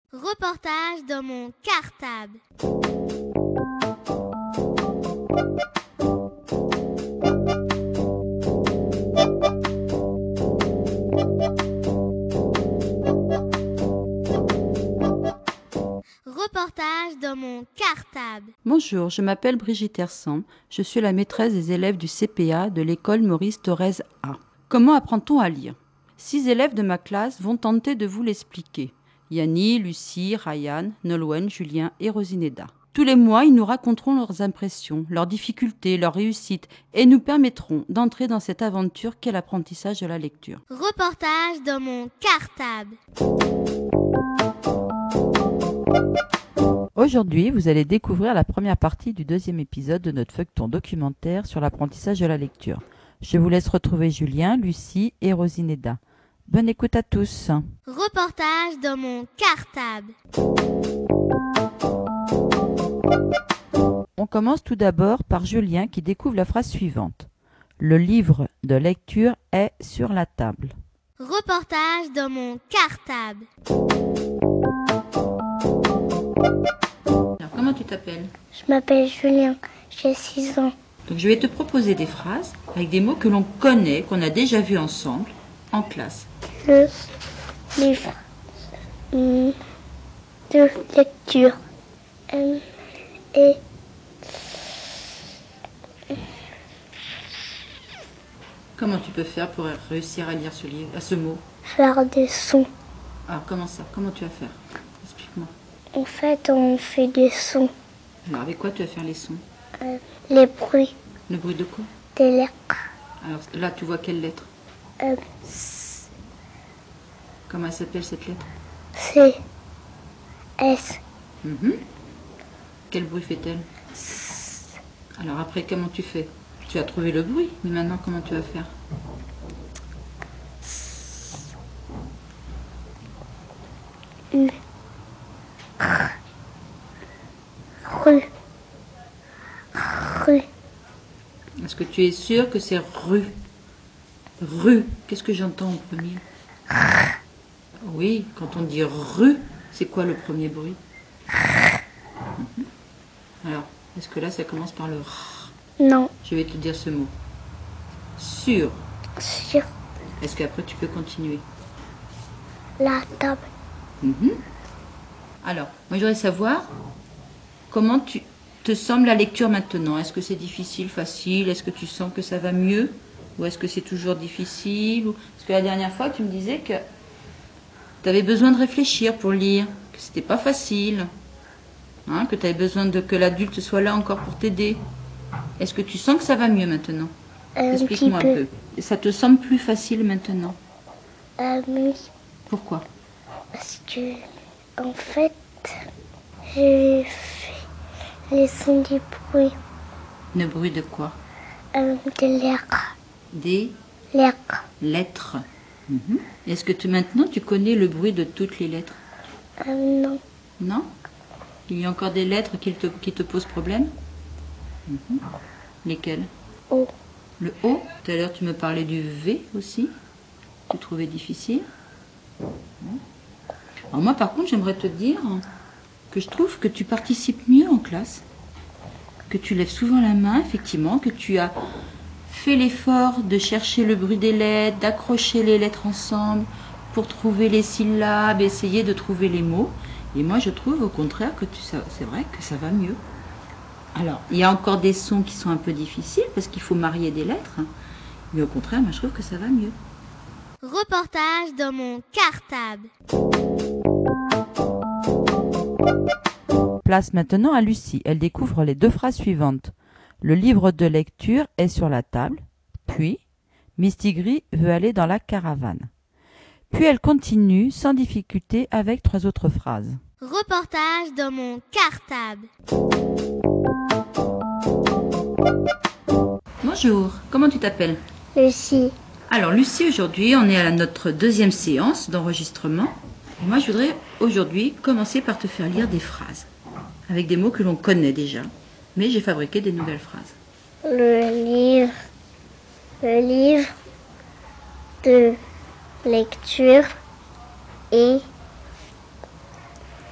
Reportage dans mon cartable. Reportage dans mon cartable. Bonjour, je m'appelle Brigitte Hersan. Je suis la maîtresse des élèves du CPA de l'école Maurice Thorez A. Comment apprend-on à lire ? 6 élèves de ma classe vont tenter de vous l'expliquer. Yanni, Lucie, Ryan, Nolwenn, Julien et Rosineda. Tous les mois, ils nous raconteront leurs impressions, leurs difficultés, leurs réussites et nous permettront d'entrer dans cette aventure qu'est l'apprentissage de la lecture. Reportage dans mon cartable. Aujourd'hui, vous allez découvrir la première partie du 2e épisode de notre feuilleton documentaire sur l'apprentissage de la lecture. Je vous laisse retrouver Julien, Lucie et Rosineda. Bonne écoute à tous. Reportage dans mon cartable. On commence tout d'abord par Julien qui découvre la phrase suivante. Le livre de lecture est sur la table. Reportage dans mon cartable. Alors, comment tu t'appelles ? Je m'appelle Julien, j'ai 6 ans. Donc, je vais te proposer des phrases avec des mots que l'on connaît, qu'on a déjà vus ensemble en classe. Le livre de lecture et Comment tu peux faire pour réussir à lire ce livre, à ce mot ? faire des sons. Alors, comment ça ? Comment tu vas faire ? Explique-moi. En fait, on fait des sons, Alors, avec quoi tu vas faire les sons ? les bruits Le bruit de quoi ? des lettres. Alors, là, tu vois quelle lettre ? Euh, Comment elle s'appelle cette lettre ? C, S, Quel bruit fait-elle ? Alors après, comment tu fais ? Tu as trouvé le bruit, mais maintenant, comment tu vas faire ? U, rue, rue, Est-ce que tu es sûr que c'est rue ? Rue, qu'est-ce que j'entends en premier ? Oui, quand on dit rue, c'est quoi le premier bruit ? Alors, est-ce que là, ça commence par le r ? non, Je vais te dire ce mot. Sur. sur Est-ce qu'après, tu peux continuer ? la table. Alors, moi, je voudrais savoir comment tu te semble la lecture maintenant. Est-ce que c'est difficile, facile ? Est-ce que tu sens que ça va mieux ? Ou est-ce que c'est toujours difficile ? Parce que la dernière fois, tu me disais que tu avais besoin de réfléchir pour lire, que c'était pas facile, que tu avais besoin que l'adulte soit là encore pour t'aider. Est-ce que tu sens que ça va mieux maintenant ? Un Explique-moi un petit peu. Ça te semble plus facile maintenant ? Oui, Pourquoi ? parce que, en fait, j'ai fait les sons du bruit Le bruit de quoi ? des lettres. Des Lettres. lettres. Est-ce que maintenant tu connais le bruit de toutes les lettres ? Non, Non ? Il y a encore des lettres qui te posent problème ? Lesquelles ? O, Le O. Tout à l'heure tu me parlais du V aussi. Tu trouvais difficile ? Alors moi par contre j'aimerais te dire que je trouve que tu participes mieux en classe. Que tu lèves souvent la main, effectivement, que tu as fait l'effort de chercher le bruit des lettres, d'accrocher les lettres ensemble pour trouver les syllabes, essayer de trouver les mots. Et moi, je trouve au contraire que c'est vrai que ça va mieux. Alors, il y a encore des sons qui sont un peu difficiles parce qu'il faut marier des lettres. Mais au contraire, moi, je trouve que ça va mieux. Reportage dans mon cartable. Place maintenant à Lucie. Elle découvre les 2 phrases suivantes. Le livre de lecture est sur la table. Puis, Mistigris veut aller dans la caravane. Puis elle continue sans difficulté avec 3 autres phrases. Reportage dans mon cartable. Bonjour, comment tu t'appelles ? Lucie, Alors Lucie, aujourd'hui, on est à notre 2e séance d'enregistrement. Et moi, je voudrais aujourd'hui commencer par te faire lire des phrases avec des mots que l'on connaît déjà. Mais j'ai fabriqué des nouvelles phrases. le livre de lecture est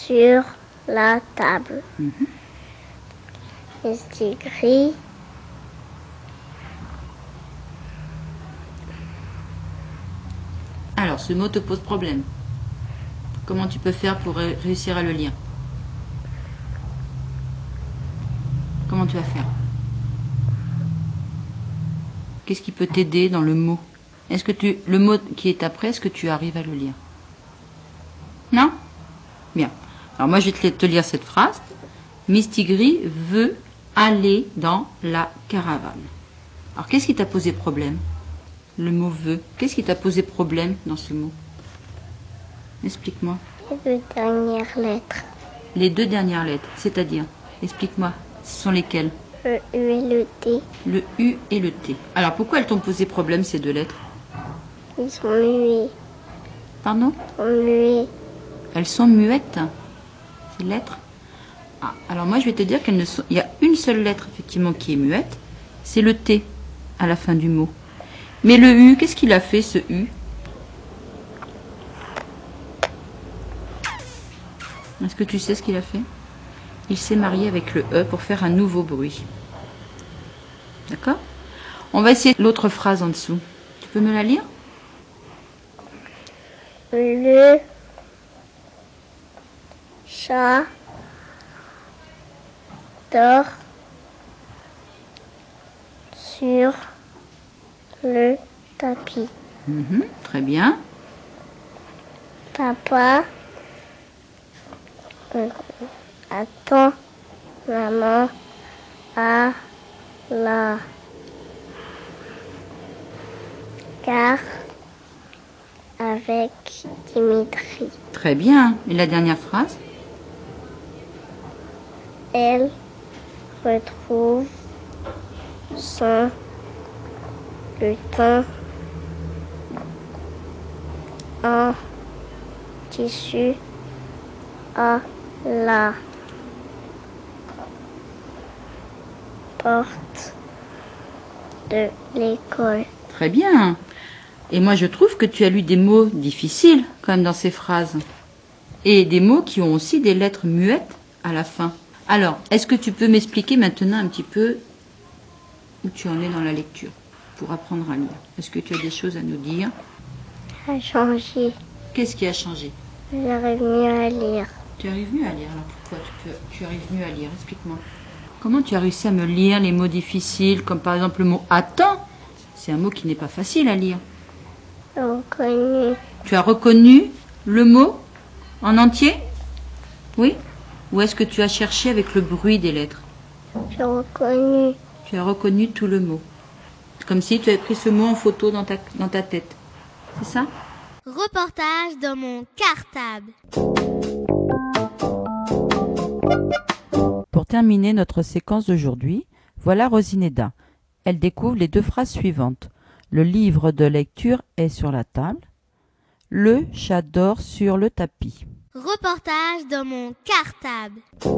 sur la table. Mistigris. Alors, ce mot te pose problème. Comment tu peux faire pour réussir à le lire? Comment tu vas faire? Qu'est-ce qui peut t'aider dans le mot? Est-ce que le mot qui est après, est-ce que tu arrives à le lire? Non? Bien. Alors moi, je vais te lire cette phrase. Mistigris veut aller dans la caravane. Alors, qu'est-ce qui t'a posé problème? Le mot veut. Qu'est-ce qui t'a posé problème dans ce mot? Explique-moi. Les 2 dernières lettres. Les 2 dernières lettres, c'est-à-dire, explique-moi, ce sont lesquelles? Le U et le T. Le U et le T. Alors, pourquoi elles t'ont posé problème, ces 2 lettres? Ils sont muets. Pardon? Ils sont muets. Elles sont muettes, ces lettres. Ah, alors moi, je vais te dire il y a une seule lettre, effectivement, qui est muette. C'est le T, à la fin du mot. Mais le U, qu'est-ce qu'il a fait, ce U? Est-ce que tu sais ce qu'il a fait? Il s'est marié avec le E pour faire un nouveau bruit. D'accord? On va essayer l'autre phrase en dessous. Tu peux me la lire? Le chat dort sur le tapis. Très bien. Papa attend maman à la gare avec Dimitri. Très bien. Et la dernière phrase? Elle retrouve son bulletin en tissu à la porte de l'école. Très bien. Et moi, je trouve que tu as lu des mots difficiles, quand même, dans ces phrases. Et des mots qui ont aussi des lettres muettes à la fin. Alors, est-ce que tu peux m'expliquer maintenant un petit peu où tu en es dans la lecture pour apprendre à lire? Est-ce que tu as des choses à nous dire? A changé. Qu'est-ce qui a changé? J'arrive mieux à lire. Tu arrives mieux à lire. Alors pourquoi tu arrives mieux à lire? Explique-moi. Comment tu as réussi à me lire les mots difficiles, comme par exemple le mot attends? C'est un mot qui n'est pas facile à lire. Reconnu. Tu as reconnu le mot en entier? Oui? Ou est-ce que tu as cherché avec le bruit des lettres? J'ai reconnu. Tu as reconnu tout le mot. Comme si tu avais pris ce mot en photo dans ta tête. C'est ça? Reportage dans mon cartable. Pour terminer notre séquence d'aujourd'hui, voilà Rosineda. Elle découvre les 2 phrases suivantes. Le livre de lecture est sur la table. Le chat dort sur le tapis. Reportage dans mon cartable.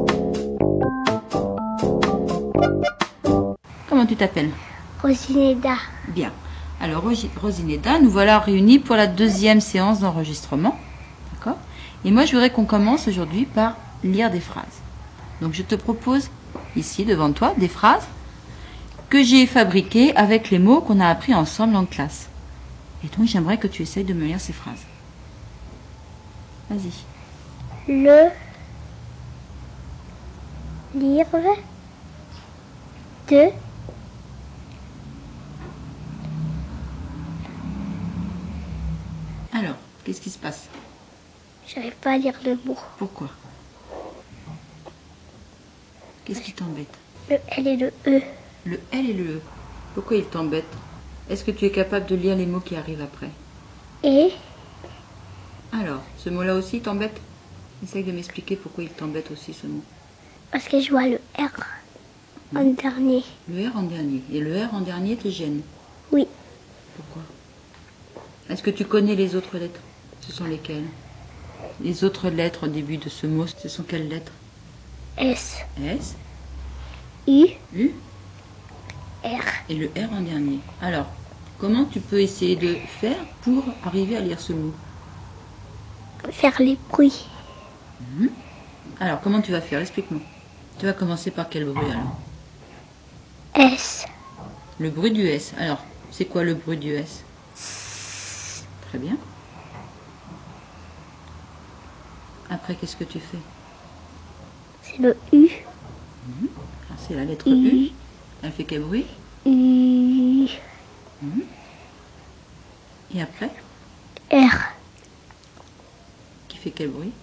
Comment tu t'appelles? Rosineda. Bien. Alors, Rosineda, nous voilà réunis pour la 2e séance d'enregistrement. D'accord? Et moi, je voudrais qu'on commence aujourd'hui par lire des phrases. Donc, je te propose ici, devant toi, des phrases que j'ai fabriquées avec les mots qu'on a appris ensemble en classe. Et donc, j'aimerais que tu essayes de me lire ces phrases. Vas-y. Le livre de Alors, qu'est-ce qui se passe? J'arrive pas à lire le mot. Pourquoi? Qu'est-ce qui t'embête? Le L et le E. Le L et le E. Pourquoi ils t'embêtent? Est-ce que tu es capable de lire les mots qui arrivent après? Et Alors, ce mot-là aussi t'embête? Essaye de m'expliquer pourquoi il t'embête aussi ce mot. parce que je vois le R en dernier. Le R en dernier. Et le R en dernier te gêne? Oui. Pourquoi? Est-ce que tu connais les autres lettres? Ce sont lesquelles? Les autres lettres au début de ce mot, ce sont quelles lettres? S, S, U, U R. et le R en dernier. Alors, comment tu peux essayer de faire pour arriver à lire ce mot? Faire les bruits. Alors, comment tu vas faire? Explique-moi. Tu vas commencer par quel bruit alors? S. Le bruit du S. Alors, c'est quoi le bruit du S? Très bien. Après, qu'est-ce que tu fais? C'est le U. Alors, c'est la lettre U. Elle fait quel bruit? U. Et après, R. qui fait quel bruit?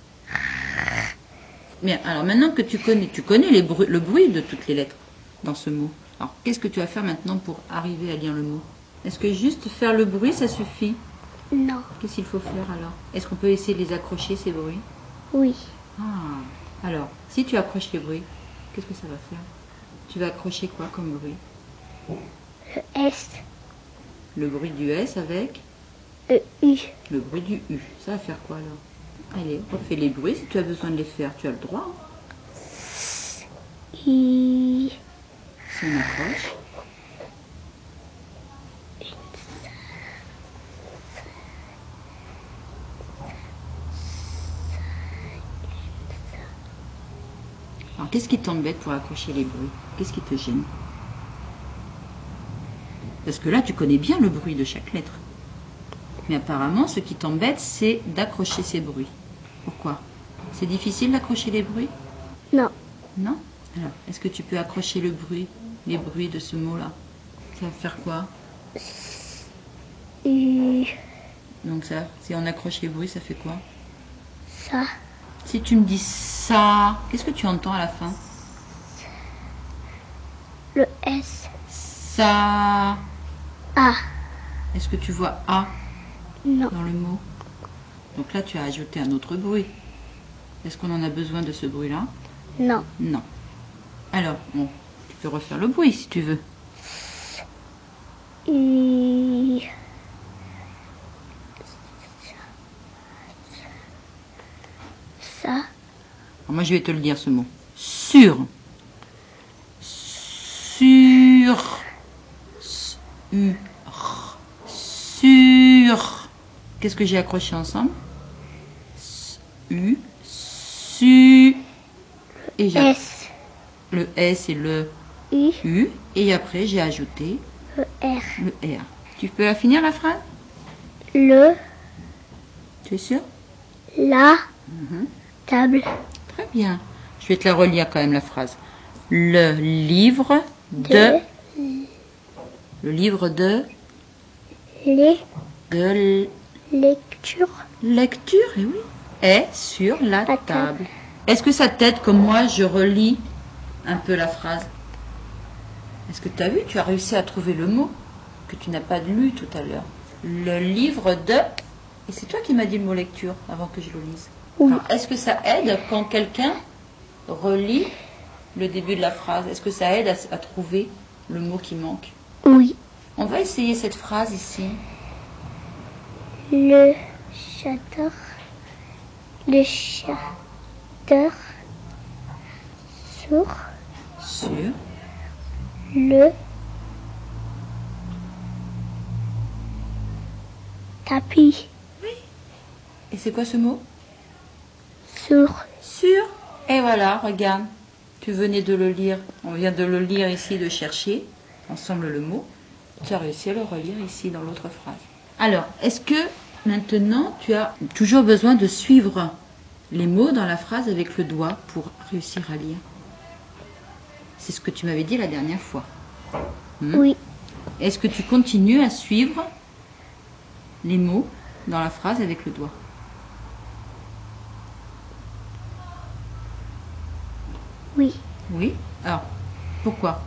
Bien, alors maintenant que tu connais le bruit de toutes les lettres dans ce mot. Alors, qu'est-ce que tu vas faire maintenant pour arriver à lire le mot? Est-ce que juste faire le bruit, ça suffit? Non. Qu'est-ce qu'il faut faire alors? Est-ce qu'on peut essayer de les accrocher, ces bruits? Oui. Ah, alors, si tu accroches les bruits, qu'est-ce que ça va faire? Tu vas accrocher quoi comme bruit? Le S. Le bruit du S avec Le U. le bruit du U. Ça va faire quoi alors? Allez, refais les bruits si tu as besoin de les faire. Tu as le droit. I. Si on accroche. Alors, qu'est-ce qui t'embête pour accrocher les bruits? Qu'est-ce qui te gêne? Parce que là, tu connais bien le bruit de chaque lettre. Mais apparemment, ce qui t'embête, c'est d'accrocher ces bruits. Pourquoi? C'est difficile d'accrocher les bruits? Non. Non? Alors, est-ce que tu peux accrocher le bruit, les bruits de ce mot-là? Ça va faire quoi? U. Donc ça, si on accroche les bruits, ça fait quoi? Ça. Si tu me dis ça, qu'est-ce que tu entends à la fin? Le S. Ça. A. Est-ce que tu vois A Non. dans le mot? Donc là, tu as ajouté un autre bruit. Est-ce qu'on en a besoin de ce bruit-là? Non. Non. Alors, bon, tu peux refaire le bruit si tu veux. U. Ça. Alors moi, je vais te le dire ce mot. Sur. Sur. Sur. Qu'est-ce que j'ai accroché ensemble? U. Su. Et j'ai S. le S et le U. U. Et après, j'ai ajouté Le R. le R. Tu peux la finir la phrase? Le. Tu es sûr? La. Table. Très bien. Je vais te la relire quand même la phrase. Le livre de. Le livre de. Les. De Lecture. lecture, eh oui, est sur la La table. table. Est-ce que ça t'aide comme moi, je relis un peu la phrase? Est-ce que tu as vu, tu as réussi à trouver le mot que tu n'as pas lu tout à l'heure? Le livre de... Et c'est toi qui m'as dit le mot lecture avant que je le lise. Oui. Alors, est-ce que ça aide quand quelqu'un relit le début de la phrase? Est-ce que ça aide à trouver le mot qui manque? Oui. On va essayer cette phrase ici. Le chateur. Le chateur. Sur. Sur Le. Tapis. Et c'est quoi ce mot? Sur. Sur. Et voilà, regarde. Tu venais de le lire. On vient de le lire ici, de chercher ensemble le mot. Tu as réussi à le relire ici dans l'autre phrase. Alors, est-ce que maintenant tu as toujours besoin de suivre les mots dans la phrase avec le doigt pour réussir à lire? C'est ce que tu m'avais dit la dernière fois. Oui. Est-ce que tu continues à suivre les mots dans la phrase avec le doigt? Oui. Oui. Alors, pourquoi?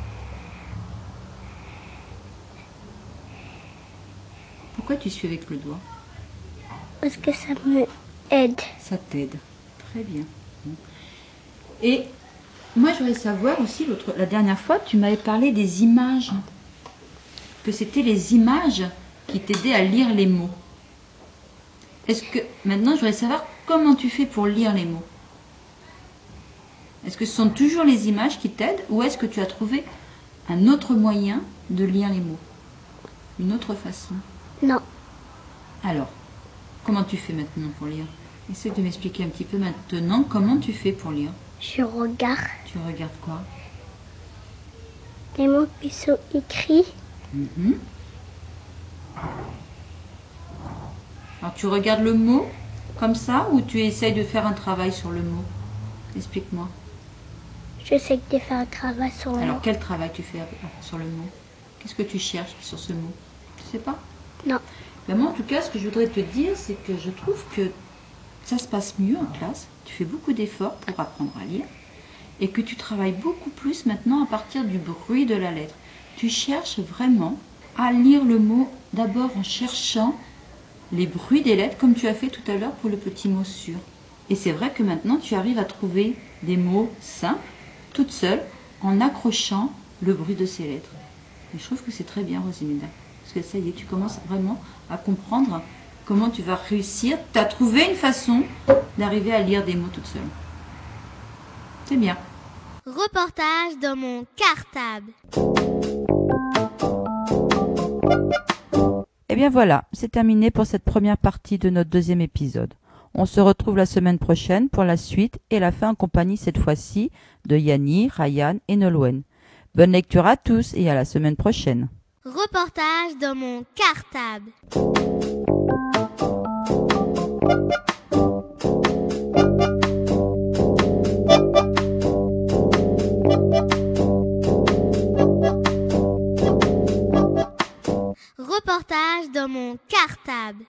Pourquoi tu suis avec le doigt? Parce que ça me aide. Ça t'aide. Très bien. Et moi, je voudrais savoir aussi, la dernière fois, tu m'avais parlé des images. Que c'était les images qui t'aidaient à lire les mots. Est-ce que, maintenant, je voudrais savoir comment tu fais pour lire les mots. Est-ce que ce sont toujours les images qui t'aident ou est-ce que tu as trouvé un autre moyen de lire les mots? Une autre façon? Non. Alors, comment tu fais maintenant pour lire? Essaie de m'expliquer un petit peu maintenant comment tu fais pour lire. Je regarde Tu regardes quoi? les mots qui sont écrits. Mhm. Alors tu regardes le mot comme ça ou tu essayes de faire un travail sur le mot? Explique-moi. J'essaie de faire un travail sur le Alors mot. quel travail tu fais sur le mot? Qu'est-ce que tu cherches sur ce mot? Tu sais pas? Non. Ben moi en tout cas ce que je voudrais te dire c'est que je trouve que ça se passe mieux en classe. Tu fais beaucoup d'efforts pour apprendre à lire et que tu travailles beaucoup plus maintenant à partir du bruit de la lettre. Tu cherches vraiment à lire le mot d'abord en cherchant les bruits des lettres comme tu as fait tout à l'heure pour le petit mot sûr. Et c'est vrai que maintenant tu arrives à trouver des mots simples, toute seule, en accrochant le bruit de ces lettres. Et je trouve que c'est très bien, Rosineda. Parce que ça y est, tu commences vraiment à comprendre comment tu vas réussir. Tu as trouvé une façon d'arriver à lire des mots toute seule. C'est bien. Reportage dans mon cartable. Et bien voilà, c'est terminé pour cette première partie de notre deuxième épisode. On se retrouve la semaine prochaine pour la suite et la fin en compagnie cette fois-ci de Yanni, Ryan et Nolwenn. Bonne lecture à tous et à la semaine prochaine. Reportage dans mon cartable.